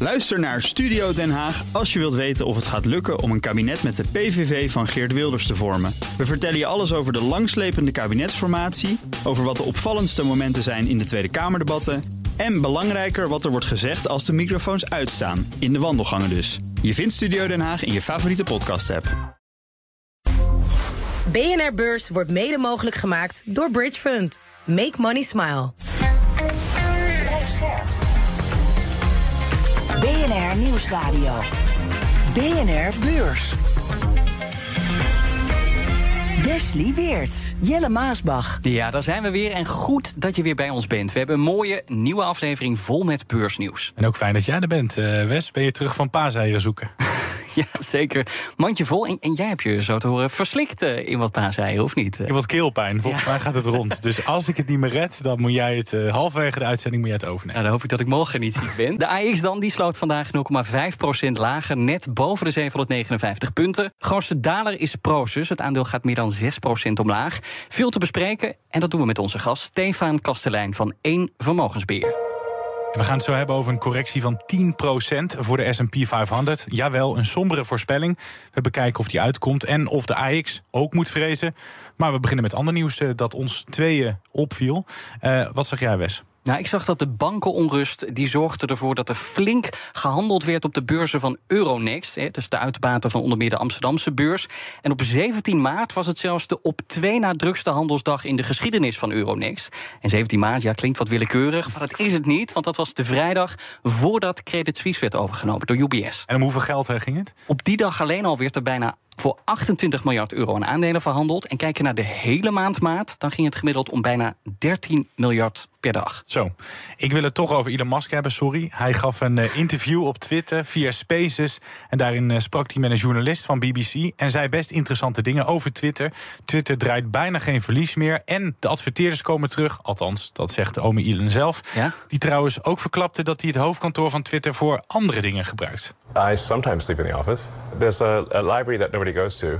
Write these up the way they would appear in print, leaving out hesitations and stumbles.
Luister naar Studio Den Haag als je wilt weten of het gaat lukken om een kabinet met de PVV van Geert Wilders te vormen. We vertellen je alles over de langslepende kabinetsformatie, over wat de opvallendste momenten zijn in de Tweede Kamerdebatten en belangrijker wat er wordt gezegd als de microfoons uitstaan, in de wandelgangen dus. Je vindt Studio Den Haag in je favoriete podcast-app. BNR Beurs wordt mede mogelijk gemaakt door Bridge Fund. Make money smile. BNR Nieuwsradio. BNR Beurs. Wesley Weerts, Jelle Maasbach. Ja, daar zijn we weer en goed dat je weer bij ons bent. We hebben een mooie nieuwe aflevering vol met beursnieuws. En ook fijn dat jij er bent, Wes. Ben je terug van paaseieren zoeken? Ja, zeker. Mandje vol. En jij hebt je zo te horen verslikt in wat paaseieren, of niet? Ik heb wat keelpijn. Volgens mij gaat het rond. Dus als ik het niet meer red, dan moet jij het halverwege de uitzending het overnemen. Nou, dan hoop ik dat ik morgen niet ziek ben. De AX dan, die sloot vandaag 0,5% lager, net boven de 759 punten. Grootste daler is Prosus. Het aandeel gaat meer dan 6% omlaag. Veel te bespreken en dat doen we met onze gast Stefan Kastelein van 1 Vermogensbeheer. We gaan het zo hebben over een correctie van 10% voor de S&P 500. Jawel, een sombere voorspelling. We bekijken of die uitkomt en of de AX ook moet vrezen. Maar we beginnen met ander nieuws dat ons tweeën opviel. Wat zeg jij, Wes? Nou, ik zag dat de bankenonrust die zorgde ervoor dat er flink gehandeld werd op de beurzen van Euronext. Dus de uitbater van onder meer de Amsterdamse beurs. En op 17 maart was het zelfs de op 2 na drukste handelsdag in de geschiedenis van Euronext. En 17 maart, ja, klinkt wat willekeurig, maar dat is het niet. Want dat was de vrijdag voordat Credit Suisse werd overgenomen door UBS. En om hoeveel geld ging het? Op die dag alleen al werd er bijna voor 28 miljard euro aan aandelen verhandeld. En kijk je naar de hele maand maart, dan ging het gemiddeld om bijna 13 miljard per dag. Zo, ik wil het toch over Elon Musk hebben, sorry. Hij gaf een interview op Twitter via Spaces. En daarin sprak hij met een journalist van BBC. En zei best interessante dingen over Twitter. Twitter draait bijna geen verlies meer. En de adverteerders komen terug. Althans, dat zegt de ome Elon zelf. Ja? Die trouwens ook verklapte dat hij het hoofdkantoor van Twitter voor andere dingen gebruikt. I sometimes sleep in the office. There's a library that nobody goes to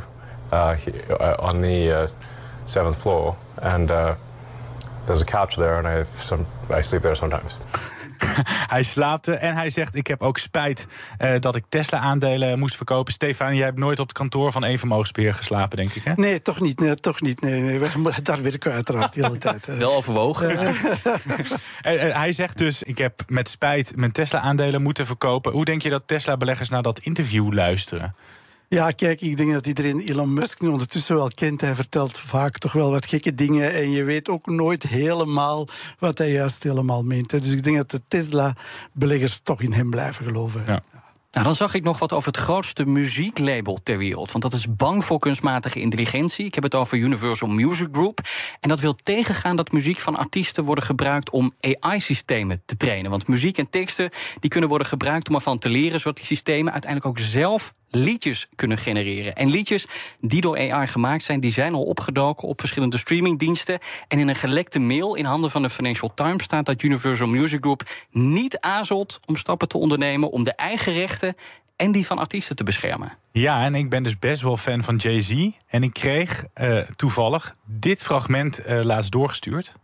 on the 7th floor. And there's a couch there and I sleep there sometimes. Hij slaapt en hij zegt, ik heb ook spijt dat ik Tesla-aandelen moest verkopen. Stefan, jij hebt nooit op het kantoor van 1 Vermogensbeheer geslapen, denk ik, hè? Nee, toch niet. Nee. Daar werken we uiteraard de hele tijd. Wel overwogen. Hij zegt dus, ik heb met spijt mijn Tesla-aandelen moeten verkopen. Hoe denk je dat Tesla-beleggers naar dat interview luisteren? Ja, kijk, ik denk dat iedereen Elon Musk nu ondertussen wel kent. Hij vertelt vaak toch wel wat gekke dingen. En je weet ook nooit helemaal wat hij juist helemaal meent. Dus ik denk dat de Tesla-beleggers toch in hem blijven geloven. Ja. Nou, dan zag ik nog wat over het grootste muzieklabel ter wereld. Want dat is bang voor kunstmatige intelligentie. Ik heb het over Universal Music Group. En dat wil tegengaan dat muziek van artiesten worden gebruikt om AI-systemen te trainen. Want muziek en teksten die kunnen worden gebruikt om ervan te leren, zodat die systemen uiteindelijk ook zelf liedjes kunnen genereren. En liedjes die door AI gemaakt zijn, die zijn al opgedoken op verschillende streamingdiensten. En in een gelekte mail in handen van de Financial Times staat dat Universal Music Group niet aarzelt om stappen te ondernemen om de eigen rechten en die van artiesten te beschermen. Ja, en ik ben dus best wel fan van Jay-Z. En ik kreeg toevallig dit fragment laatst doorgestuurd.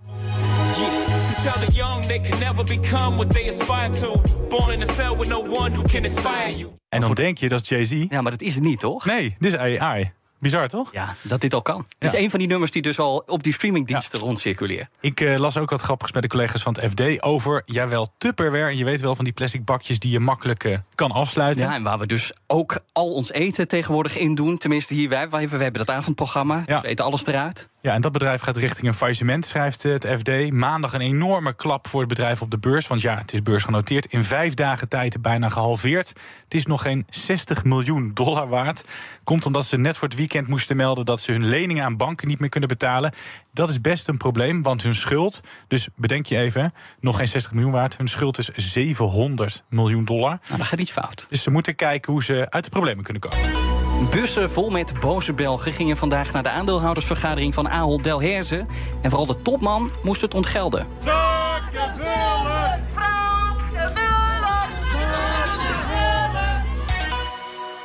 En dan denk je dat is Jay-Z. Ja, maar dat is het niet, toch? Nee, dit is AI. Bizar, toch? Ja, dat dit al kan. Het is een van die nummers die dus al op die streamingdiensten rondcirculeren. Ik las ook wat grappigs met de collega's van het FD over, jawel, Tupperware. Je weet wel, van die plastic bakjes die je makkelijk kan afsluiten. Ja, en waar we dus ook al ons eten tegenwoordig in doen. Tenminste, hier wij hebben dat avondprogramma. Dus we eten alles eruit. Ja, en dat bedrijf gaat richting een faillissement, schrijft het FD. Maandag een enorme klap voor het bedrijf op de beurs. Want ja, het is beursgenoteerd. In 5 dagen tijd bijna gehalveerd. Het is nog geen $60 miljoen waard. Komt omdat ze net voor het weekend moesten melden dat ze hun leningen aan banken niet meer kunnen betalen. Dat is best een probleem, want hun schuld, dus bedenk je even, nog geen 60 miljoen waard. Hun schuld is $700 miljoen. Nou, dat gaat iets fout. Dus ze moeten kijken hoe ze uit de problemen kunnen komen. Bussen vol met boze Belgen gingen vandaag naar de aandeelhoudersvergadering van Ahold Delhaize. En vooral de topman moest het ontgelden.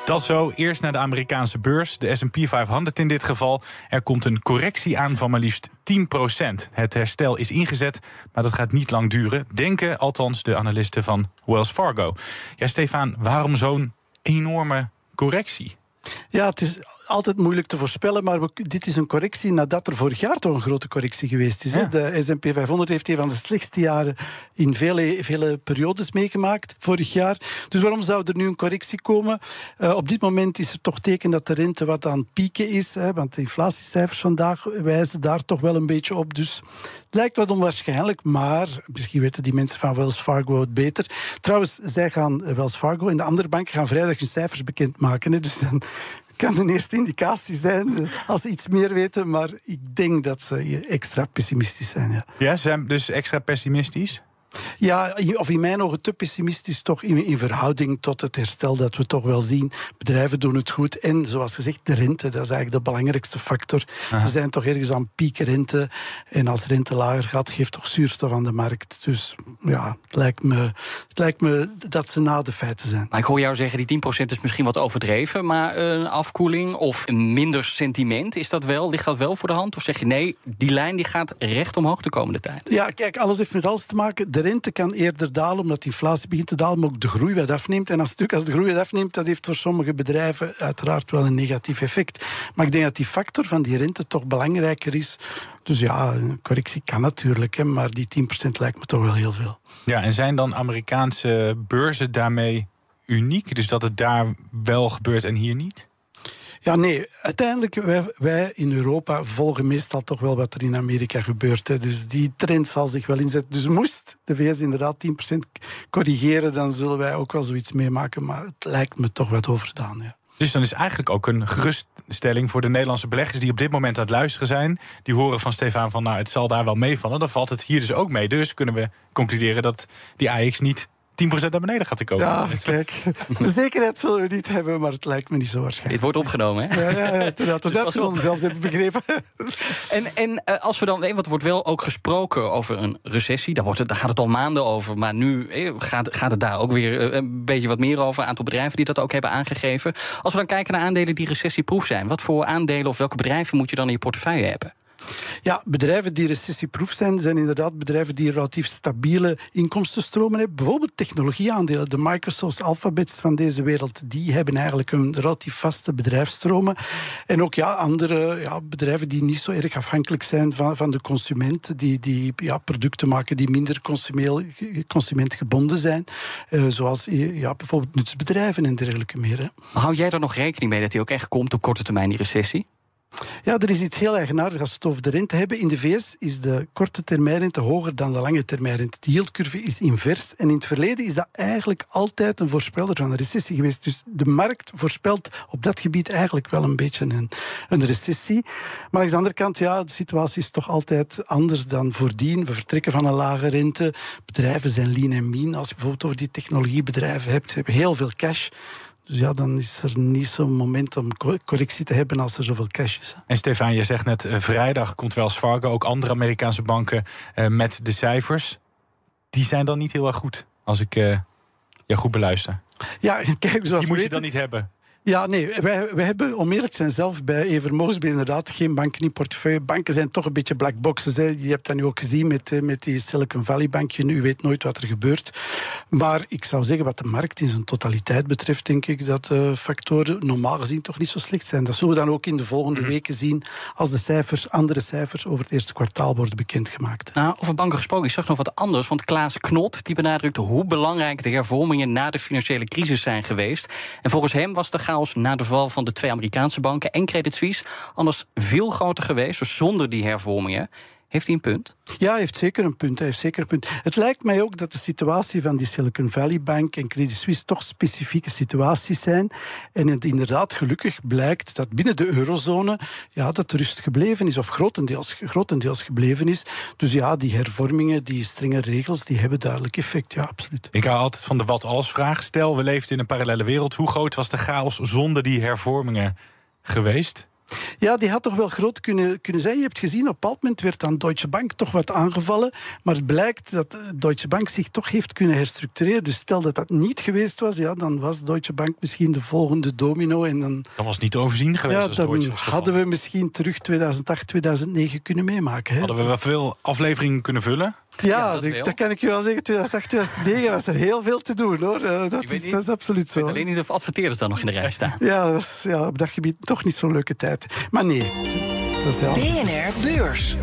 Dat zo, eerst naar de Amerikaanse beurs, de S&P 500 in dit geval. Er komt een correctie aan van maar liefst 10%. Het herstel is ingezet, maar dat gaat niet lang duren. Denken althans de analisten van Wells Fargo. Ja, Stefan, waarom zo'n enorme correctie? Ja, het is altijd moeilijk te voorspellen, maar dit is een correctie nadat er vorig jaar toch een grote correctie geweest is. Ja. De S&P 500 heeft een van de slechtste jaren in vele periodes meegemaakt vorig jaar. Dus waarom zou er nu een correctie komen? Op dit moment is er toch teken dat de rente wat aan het pieken is, want de inflatiecijfers vandaag wijzen daar toch wel een beetje op. Dus het lijkt wat onwaarschijnlijk, maar misschien weten die mensen van Wells Fargo het beter. Trouwens, Wells Fargo en de andere banken gaan vrijdag hun cijfers bekendmaken. Dus dan kan een eerste indicatie zijn als ze iets meer weten, maar ik denk dat ze extra pessimistisch zijn. Ja, ze zijn dus extra pessimistisch? Ja, of in mijn ogen te pessimistisch toch in verhouding tot het herstel dat we toch wel zien. Bedrijven doen het goed en zoals gezegd de rente, dat is eigenlijk de belangrijkste factor. Aha. We zijn toch ergens aan piekrente en als rente lager gaat, geeft toch zuurstof aan de markt. Dus ja, het lijkt me dat ze na de feiten zijn. Maar ik hoor jou zeggen, die 10% is misschien wat overdreven, maar een afkoeling of minder sentiment, ligt dat wel voor de hand? Of zeg je nee, die lijn die gaat recht omhoog de komende tijd? Ja, kijk, alles heeft met alles te maken. De rente kan eerder dalen omdat de inflatie begint te dalen, maar ook de groei wat afneemt. En als de groei wat afneemt, dat heeft voor sommige bedrijven uiteraard wel een negatief effect. Maar ik denk dat die factor van die rente toch belangrijker is. Dus ja, een correctie kan natuurlijk, maar die 10% lijkt me toch wel heel veel. Ja, en zijn dan Amerikaanse beurzen daarmee uniek? Dus dat het daar wel gebeurt en hier niet? Ja, nee. Uiteindelijk, wij in Europa volgen meestal toch wel wat er in Amerika gebeurt. Hè. Dus die trend zal zich wel inzetten. Dus moest de VS inderdaad 10% corrigeren, dan zullen wij ook wel zoiets meemaken. Maar het lijkt me toch wat overdaan, ja. Dus dan is eigenlijk ook een geruststelling voor de Nederlandse beleggers die op dit moment aan het luisteren zijn. Die horen van Stefan van, het zal daar wel meevallen. Dan valt het hier dus ook mee. Dus kunnen we concluderen dat die AX niet 10% naar beneden gaat te komen. Ja, kijk, de zekerheid zullen we niet hebben, maar het lijkt me niet zo waarschijnlijk. Dit wordt opgenomen, hè? Ja, dat zullen we zelfs hebben begrepen. En als we dan, want er wordt wel ook gesproken over een recessie, daar gaat het al maanden over, maar nu gaat het daar ook weer een beetje wat meer over. Een aantal bedrijven die dat ook hebben aangegeven. Als we dan kijken naar aandelen die recessieproof zijn, wat voor aandelen of welke bedrijven moet je dan in je portefeuille hebben? Ja, bedrijven die recessieproof zijn inderdaad bedrijven die relatief stabiele inkomstenstromen hebben. Bijvoorbeeld technologieaandelen, de Microsofts, Alphabets van deze wereld, die hebben eigenlijk een relatief vaste bedrijfsstromen. En ook andere bedrijven die niet zo erg afhankelijk zijn van de consument, die producten maken die minder consumentgebonden zijn. Zoals bijvoorbeeld nutsbedrijven en dergelijke meer. Hè. Hou jij er nog rekening mee dat die ook echt komt op korte termijn, die recessie? Ja, er is iets heel eigenaardigs als we het over de rente hebben. In de VS is de korte termijnrente hoger dan de lange termijnrente. De yieldcurve is invers. En in het verleden is dat eigenlijk altijd een voorspeller van een recessie geweest. Dus de markt voorspelt op dat gebied eigenlijk wel een beetje een recessie. Maar aan de andere kant, de situatie is toch altijd anders dan voordien. We vertrekken van een lage rente. Bedrijven zijn lean en mean. Als je bijvoorbeeld over die technologiebedrijven hebt, ze hebben heel veel cash. Dus dan is er niet zo'n moment om correctie te hebben als er zoveel cash is. En Stefan, je zegt net, vrijdag komt Wells Fargo, ook andere Amerikaanse banken met de cijfers. Die zijn dan niet heel erg goed, als ik jou goed beluister. Ja, kijk, die moet je dan niet hebben. Ja, nee, wij hebben, om eerlijk te zijn, zelf bij Ever Moseby inderdaad geen banken in portefeuille. Banken zijn toch een beetje black boxes. Hè. Je hebt dat nu ook gezien met die Silicon Valley bankje. U weet nooit wat er gebeurt. Maar ik zou zeggen, wat de markt in zijn totaliteit betreft, denk ik dat factoren normaal gezien toch niet zo slecht zijn. Dat zullen we dan ook in de volgende weken zien als de andere cijfers over het eerste kwartaal worden bekendgemaakt. Nou, over banken gesproken, ik zag nog wat anders. Want Klaas Knot die benadrukt hoe belangrijk de hervormingen na de financiële crisis zijn geweest. En volgens hem was de chaos na de val van de 2 Amerikaanse banken en Credit Suisse anders veel groter geweest, dus zonder die hervormingen. Heeft hij een punt? Ja, hij heeft zeker een punt. Het lijkt mij ook dat de situatie van die Silicon Valley Bank en Credit Suisse toch specifieke situaties zijn. En het inderdaad gelukkig blijkt dat binnen de eurozone dat rust gebleven is, of grotendeels gebleven is. Dus die hervormingen, die strenge regels, die hebben duidelijk effect. Ja, absoluut. Ik hou altijd van de wat-als-vraag. Stel, we leefden in een parallele wereld. Hoe groot was de chaos zonder die hervormingen geweest? Ja, die had toch wel groot kunnen zijn. Je hebt gezien, op een bepaald moment werd dan Deutsche Bank toch wat aangevallen. Maar het blijkt dat Deutsche Bank zich toch heeft kunnen herstructureren. Dus stel dat dat niet geweest was, ja, dan was Deutsche Bank misschien de volgende domino. En dan was niet te overzien geweest. Ja, als dan Deutsche was hadden we misschien terug 2008, 2009 kunnen meemaken. Hè. Hadden we wel veel afleveringen kunnen vullen? Ja, dat kan ik je wel zeggen. 2008, 2009 was er heel veel te doen, hoor. Dat is absoluut zo. Ik weet alleen niet of adverteerders dan nog in de rij staan. Ja, dat was op dat gebied toch niet zo'n leuke tijd. Maar nee, dat is heel... BNR Beurs.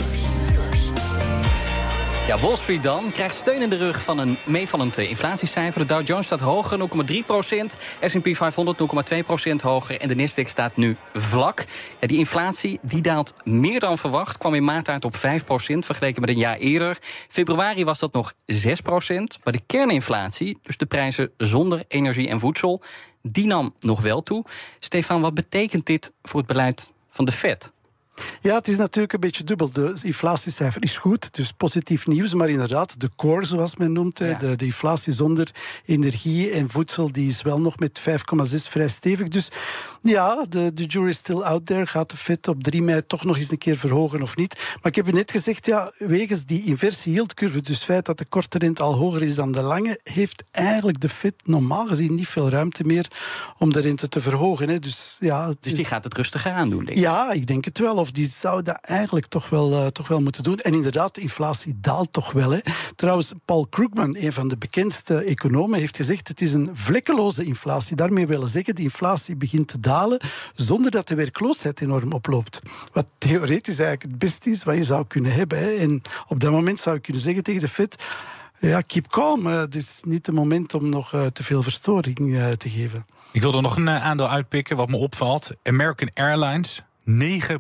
Ja, Wall Street dan krijgt steun in de rug van een meevallend inflatiecijfer. De Dow Jones staat hoger, 0,3%. S&P 500 0,2% hoger. En de Nasdaq staat nu vlak. Ja, die inflatie die daalt meer dan verwacht. Kwam in maart uit op 5%, vergeleken met een jaar eerder. Februari was dat nog 6%. Maar de kerninflatie, dus de prijzen zonder energie en voedsel, die nam nog wel toe. Stefan, wat betekent dit voor het beleid van de Fed? Ja, het is natuurlijk een beetje dubbel. De inflatiecijfer is goed, dus positief nieuws. Maar inderdaad, de core, zoals men noemt, ja. de inflatie zonder energie en voedsel, die is wel nog met 5,6 vrij stevig. Dus ja, de jury is still out there. Gaat de Fed op 3 mei toch nog eens een keer verhogen of niet? Maar ik heb je net gezegd, ja, wegens die inverse yieldcurve, dus het feit dat de korte rente al hoger is dan de lange, heeft eigenlijk de Fed normaal gezien niet veel ruimte meer om de rente te verhogen. Hè. Dus die gaat het rustiger aan doen, denk ik. Ja, ik denk het wel. Of die zou dat eigenlijk toch wel moeten doen. En inderdaad, de inflatie daalt toch wel. Hè. Trouwens, Paul Krugman, een van de bekendste economen, heeft gezegd, het is een vlekkeloze inflatie. Daarmee willen zeggen, de inflatie begint te dalen zonder dat de werkloosheid enorm oploopt. Wat theoretisch eigenlijk het beste is wat je zou kunnen hebben. Hè. En op dat moment zou ik kunnen zeggen tegen de Fed, ja, keep calm. Het is niet het moment om nog te veel verstoring te geven. Ik wil er nog een aandeel uitpikken wat me opvalt. American Airlines, 9%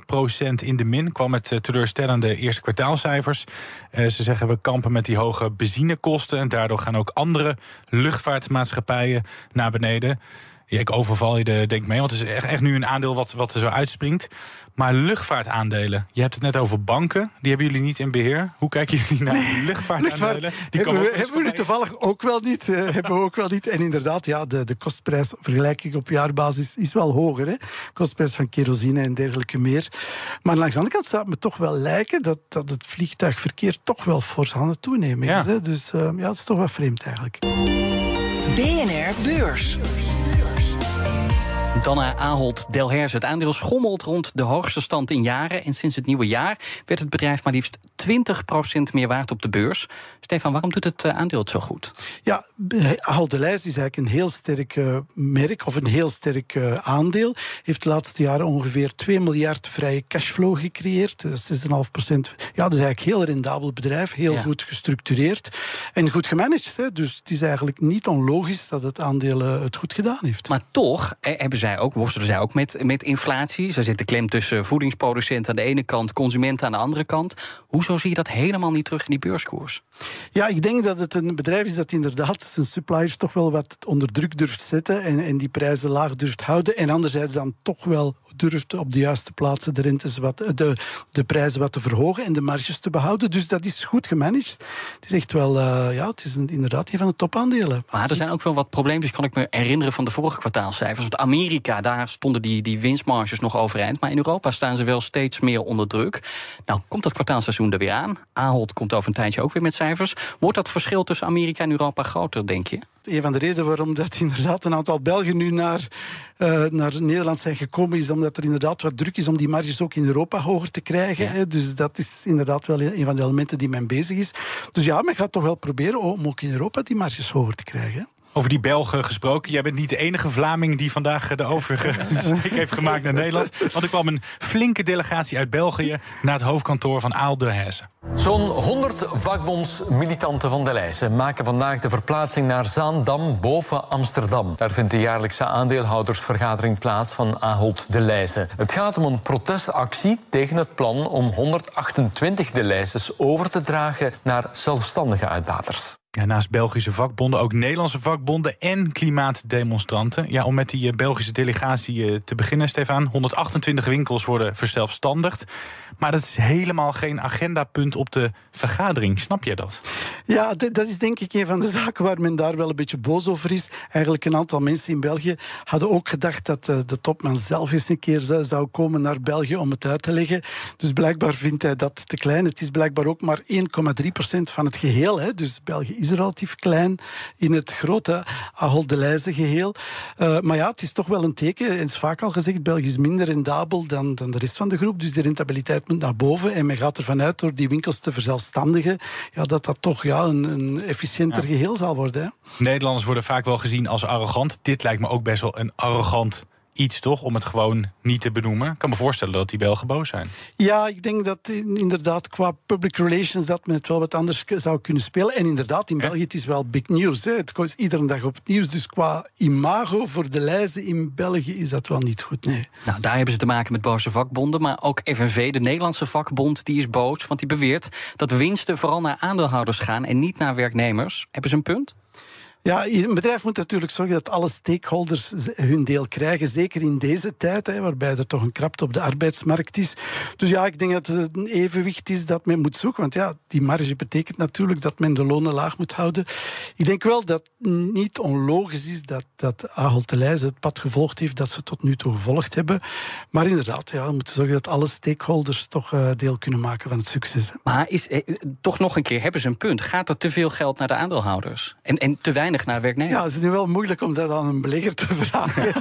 in de min, kwam met teleurstellende eerste kwartaalcijfers. Ze zeggen, we kampen met die hoge benzinekosten en daardoor gaan ook andere luchtvaartmaatschappijen naar beneden. Ja, ik overval je denk mee, want het is echt nu een aandeel wat er zo uitspringt. Maar luchtvaartaandelen, je hebt het net over banken, die hebben jullie niet in beheer. Hoe kijken jullie naar luchtvaartaandelen? Die hebben we nu toevallig ook wel niet. En inderdaad, ja, de kostprijs vergelijking op jaarbasis is wel hoger. Hè? Kostprijs van kerosine en dergelijke meer. Maar langs de andere kant zou het me toch wel lijken dat het vliegtuigverkeer toch wel fors aan het toenemen is. Hè? Dus het is toch wel vreemd eigenlijk. BNR Beurs. Dan naar Ahold Delhaize. Het aandeel schommelt rond de hoogste stand in jaren. En sinds het nieuwe jaar werd het bedrijf maar liefst 20% meer waard op de beurs. Stefan, waarom doet het aandeel het zo goed? Ja, Ahold Delhaize is eigenlijk een heel sterk merk, of een heel sterk aandeel. Heeft de laatste jaren ongeveer 2 miljard vrije cashflow gecreëerd. 6,5%. Ja, dat is eigenlijk een heel rendabel bedrijf. Heel goed gestructureerd en goed gemanaged. Hè. Dus het is eigenlijk niet onlogisch dat het aandeel het goed gedaan heeft. Maar toch worstelen zij ook met inflatie. Ze zitten klem tussen voedingsproducenten aan de ene kant, consumenten aan de andere kant. Hoezo zie je dat helemaal niet terug in die beurskoers? Ja, ik denk dat het een bedrijf is dat inderdaad zijn suppliers toch wel wat onder druk durft zetten en die prijzen laag durft houden. En anderzijds dan toch wel durft op de juiste plaatsen de rentes de prijzen wat te verhogen en de marges te behouden. Dus dat is goed gemanaged. Het is echt wel, het is inderdaad een van de topaandelen. Maar er zijn ook wel wat probleempjes, kan ik me herinneren van de vorige kwartaalcijfers. Want Amerika, daar stonden die winstmarges nog overeind. Maar in Europa staan ze wel steeds meer onder druk. Nou, komt dat kwartaalseizoen er weer aan. Ahold komt over een tijdje ook weer met cijfers. Wordt dat verschil tussen Amerika en Europa groter, denk je? Een van de redenen waarom dat inderdaad een aantal Belgen nu naar Nederland zijn gekomen, is omdat er inderdaad wat druk is om die marges ook in Europa hoger te krijgen. Ja. Dus dat is inderdaad wel een van de elementen die men bezig is. Dus ja, men gaat toch wel proberen om ook in Europa die marges hoger te krijgen. Over die Belgen gesproken. Jij bent niet de enige Vlaming die vandaag de oversteek heeft gemaakt naar Nederland. Want er kwam een flinke delegatie uit België naar het hoofdkantoor van Ahold Delhaize. Zo'n 100 vakbondsmilitanten van Delhaize maken vandaag de verplaatsing naar Zaandam boven Amsterdam. Daar vindt de jaarlijkse aandeelhoudersvergadering plaats van Ahold Delhaize. Het gaat om een protestactie tegen het plan om 128 Delhaize's over te dragen naar zelfstandige uitbaters. Ja, naast Belgische vakbonden ook Nederlandse vakbonden en klimaatdemonstranten. Ja, om met die Belgische delegatie te beginnen, Stefan. 128 winkels worden verzelfstandigd. Maar dat is helemaal geen agendapunt op de vergadering. Snap jij dat? Ja, dat is denk ik een van de zaken waar men daar wel een beetje boos over is. Eigenlijk een aantal mensen in België hadden ook gedacht dat de topman zelf eens een keer zou komen naar België om het uit te leggen. Dus blijkbaar vindt hij dat te klein. Het is blijkbaar ook maar 1,3% van het geheel. Hè. Dus België is relatief klein in het grote Ahold Delhaize geheel. Maar ja, het is toch wel een teken. En het is vaak al gezegd, België is minder rendabel dan de rest van de groep. Dus de rentabiliteit moet naar boven. En men gaat ervan uit, door die winkels te verzelfstandigen, ja, dat toch een efficiënter geheel zal worden. Hè. Nederlanders worden vaak wel gezien als arrogant. Dit lijkt me ook best wel een arrogant iets, toch? Om het gewoon niet te benoemen. Ik kan me voorstellen dat die Belgen boos zijn. Ja, ik denk dat inderdaad qua public relations dat men het wel wat anders zou kunnen spelen. En inderdaad, in België het is wel big news. Hè. Het is iedere dag op het nieuws. Dus qua imago voor de Delhaize in België is dat wel niet goed, nee. Nou, daar hebben ze te maken met boze vakbonden. Maar ook FNV, de Nederlandse vakbond, die is boos. Want die beweert dat winsten vooral naar aandeelhouders gaan en niet naar werknemers. Hebben ze een punt? Ja, een bedrijf moet natuurlijk zorgen dat alle stakeholders hun deel krijgen. Zeker in deze tijd, waarbij er toch een krapte op de arbeidsmarkt is. Dus ja, ik denk dat het een evenwicht is dat men moet zoeken. Want ja, die marge betekent natuurlijk dat men de lonen laag moet houden. Ik denk wel dat het niet onlogisch is dat Ahold Delhaize het pad gevolgd heeft dat ze tot nu toe gevolgd hebben. Maar inderdaad, ja, we moeten zorgen dat alle stakeholders toch deel kunnen maken van het succes. Maar toch nog een keer, hebben ze een punt? Gaat er te veel geld naar de aandeelhouders? En te weinig naar werknemers? Ja, het is nu wel moeilijk om dat aan een belegger te vragen.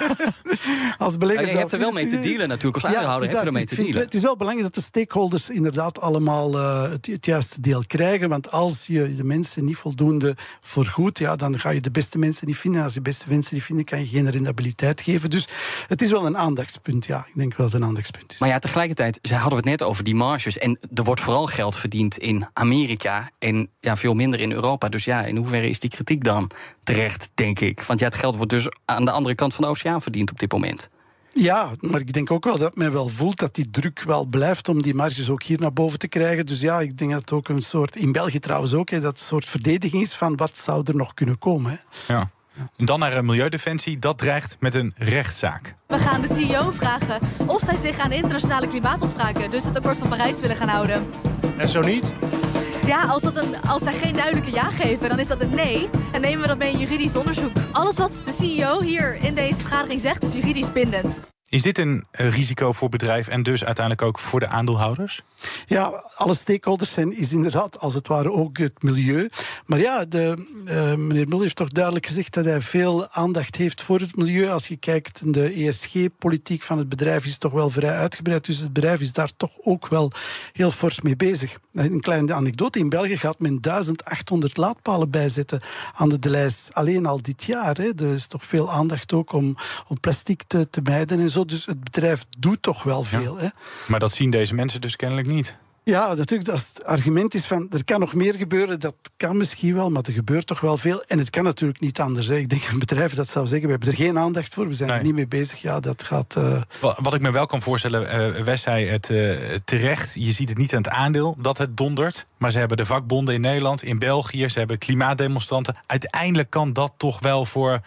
Als belegger je hebt er wel mee te dealen natuurlijk. Als aandeelhouder heb je er mee te dealen. Het is wel belangrijk dat de stakeholders inderdaad allemaal het juiste deel krijgen. Want als je de mensen niet voldoende vergoedt, ja, dan ga je de beste mensen niet vinden. Als je de beste mensen niet vinden, kan je geen rendabiliteit geven. Dus het is wel een aandachtspunt. Ja, ik denk wel dat het een aandachtspunt is. Maar ja, tegelijkertijd hadden we het net over die marges. En er wordt vooral geld verdiend in Amerika en ja, veel minder in Europa. Dus ja, in hoeverre is die kritiek dan terecht, denk ik? Want ja, het geld wordt dus aan de andere kant van de oceaan verdiend op dit moment. Ja, maar ik denk ook wel dat men wel voelt dat die druk wel blijft om die marges ook hier naar boven te krijgen. Dus ja, ik denk dat het ook een soort, in België trouwens ook, dat een soort verdediging is van wat zou er nog kunnen komen. Hè. Ja. En dan naar Milieudefensie, dat dreigt met een rechtszaak. We gaan de CEO vragen of zij zich aan internationale klimaatafspraken, dus het akkoord van Parijs, willen gaan houden. En zo niet? Ja, als zij geen duidelijke ja geven, dan is dat een nee. En nemen we dat mee in juridisch onderzoek. Alles wat de CEO hier in deze vergadering zegt, is juridisch bindend. Is dit een risico voor bedrijf en dus uiteindelijk ook voor de aandeelhouders? Ja, alle stakeholders is inderdaad als het ware ook het milieu. Maar ja, meneer Mul heeft toch duidelijk gezegd dat hij veel aandacht heeft voor het milieu. Als je kijkt, de ESG-politiek van het bedrijf is toch wel vrij uitgebreid. Dus het bedrijf is daar toch ook wel heel fors mee bezig. Een kleine anekdote. In België gaat men 1800 laadpalen bijzetten aan de Delhaize. Alleen al dit jaar. Hè. Er is toch veel aandacht ook om plastic te mijden en zo. Dus het bedrijf doet toch wel veel. Ja. Hè. Maar dat zien deze mensen dus kennelijk niet. Ja, natuurlijk, als het argument is van er kan nog meer gebeuren, dat kan misschien wel, maar er gebeurt toch wel veel. En het kan natuurlijk niet anders. Hè. Ik denk een bedrijf dat zou zeggen, we hebben er geen aandacht voor, we zijn er niet mee bezig. Ja, dat gaat... Wat ik me wel kan voorstellen, Wes zei het terecht, je ziet het niet aan het aandeel dat het dondert. Maar ze hebben de vakbonden in Nederland, in België, ze hebben klimaatdemonstranten. Uiteindelijk kan dat toch wel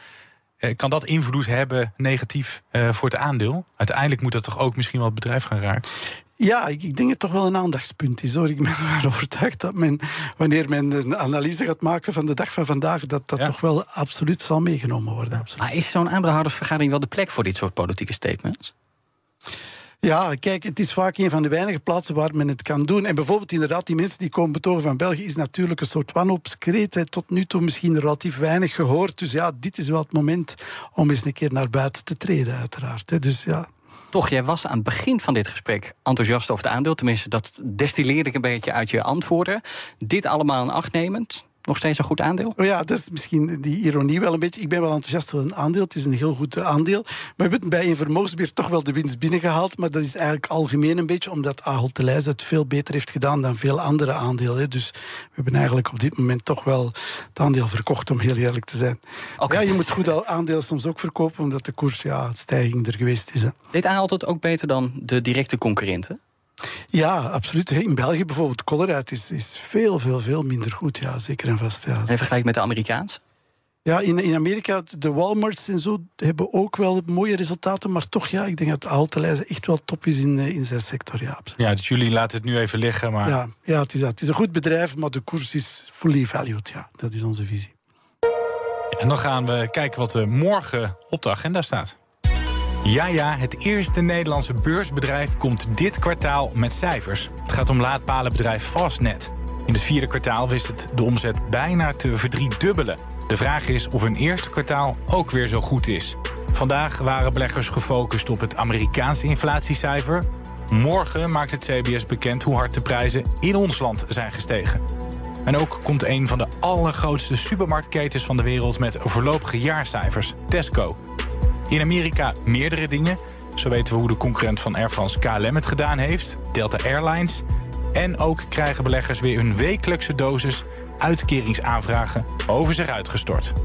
kan dat invloed hebben negatief voor het aandeel? Uiteindelijk moet dat toch ook misschien wel het bedrijf gaan raken? Ja, ik denk dat het toch wel een aandachtspunt is, hoor. Ik ben ervan overtuigd dat wanneer men een analyse gaat maken van de dag van vandaag, dat toch wel absoluut zal meegenomen worden. Absoluut. Maar is zo'n aandeelhoudersvergadering wel de plek voor dit soort politieke statements? Ja, kijk, het is vaak een van de weinige plaatsen waar men het kan doen. En bijvoorbeeld inderdaad, die mensen die komen betogen van België is natuurlijk een soort wanhoopskreet. Tot nu toe misschien relatief weinig gehoord. Dus ja, dit is wel het moment om eens een keer naar buiten te treden, uiteraard. Dus ja... Toch, jij was aan het begin van dit gesprek enthousiast over het aandeel. Tenminste, dat destilleerde ik een beetje uit je antwoorden. Dit allemaal in acht nemend. Nog steeds een goed aandeel? Ja, dat is misschien die ironie wel een beetje. Ik ben wel enthousiast voor een aandeel. Het is een heel goed aandeel. Maar we hebben bij een vermogensbeheer toch wel de winst binnengehaald. Maar dat is eigenlijk algemeen een beetje omdat Ahold Delhaize het veel beter heeft gedaan dan veel andere aandelen. Dus we hebben eigenlijk op dit moment toch wel het aandeel verkocht, om heel eerlijk te zijn. Ja, je moet goed aandelen soms ook verkopen, omdat de koers, stijging er geweest is. Hè. Deed Ahold het ook beter dan de directe concurrenten? Ja, absoluut. In België bijvoorbeeld, Colruyt is veel minder goed. Ja, zeker en vast. Ja. En vergelijk met de Amerikaans? Ja, in Amerika, de Walmarts en zo hebben ook wel mooie resultaten. Maar toch, ja, ik denk dat Ahold Delhaize echt wel top is in zijn sector. Ja, absoluut. Ja, dus jullie laten het nu even liggen. Maar... Ja, het is dat. Het is een goed bedrijf, maar de koers is fully valued. Ja, dat is onze visie. En dan gaan we kijken wat er morgen op de agenda staat. Ja, het eerste Nederlandse beursbedrijf komt dit kwartaal met cijfers. Het gaat om laadpalenbedrijf Fastnet. In het 4e kwartaal wist het de omzet bijna te verdriedubbelen. De vraag is of hun eerste kwartaal ook weer zo goed is. Vandaag waren beleggers gefocust op het Amerikaanse inflatiecijfer. Morgen maakt het CBS bekend hoe hard de prijzen in ons land zijn gestegen. En ook komt een van de allergrootste supermarktketens van de wereld met voorlopige jaarcijfers, Tesco. In Amerika meerdere dingen. Zo weten we hoe de concurrent van Air France KLM het gedaan heeft, Delta Airlines. En ook krijgen beleggers weer hun wekelijkse dosis uitkeringsaanvragen over zich uitgestort.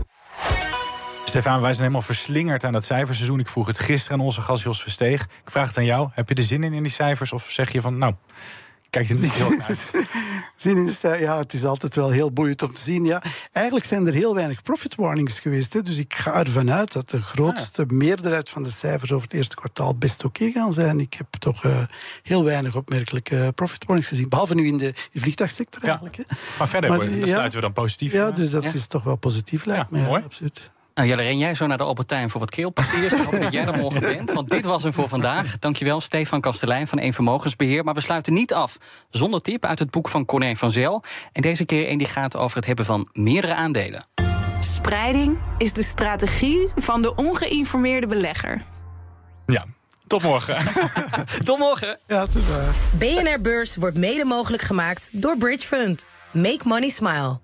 Stefan, wij zijn helemaal verslingerd aan dat cijferseizoen. Ik vroeg het gisteren aan onze gast Jos Versteeg. Ik vraag het aan jou. Heb je er zin in die cijfers? Of zeg je van, nou, kijk er niet heel uit? Zin in de cijfers, ja, het is altijd wel heel boeiend om te zien. Ja. Eigenlijk zijn er heel weinig profit warnings geweest. Hè. Dus ik ga ervan uit dat de grootste meerderheid van de cijfers over het eerste kwartaal best oké gaan zijn. Ik heb toch heel weinig opmerkelijke profit warnings gezien. Behalve nu in de vliegtuigsector eigenlijk. Hè. Maar verder sluiten we dan positief. Ja, dus dat is toch wel positief, lijkt me. Mooi. Ja, absoluut. Nou, Jelle, ren jij zo naar de Albertijn voor wat keelpastiers? Ik hoop dat jij er morgen bent, want dit was hem voor vandaag. Dankjewel, Stefan Kastelein van Eén Vermogensbeheer. Maar we sluiten niet af zonder tip uit het boek van Corné van Zel. En deze keer een die gaat over het hebben van meerdere aandelen. Spreiding is de strategie van de ongeïnformeerde belegger. Ja, tot morgen. Tot morgen. Ja, tot BNR Beurs wordt mede mogelijk gemaakt door Bridge Fund. Make money smile.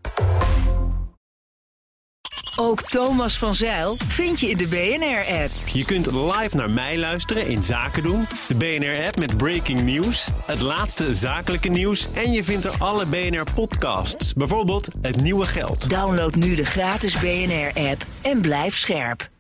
Ook Thomas van Zijl vind je in de BNR-app. Je kunt live naar mij luisteren in Zaken doen, de BNR-app met breaking news, het laatste zakelijke nieuws en je vindt er alle BNR-podcasts, bijvoorbeeld Het Nieuwe Geld. Download nu de gratis BNR-app en blijf scherp.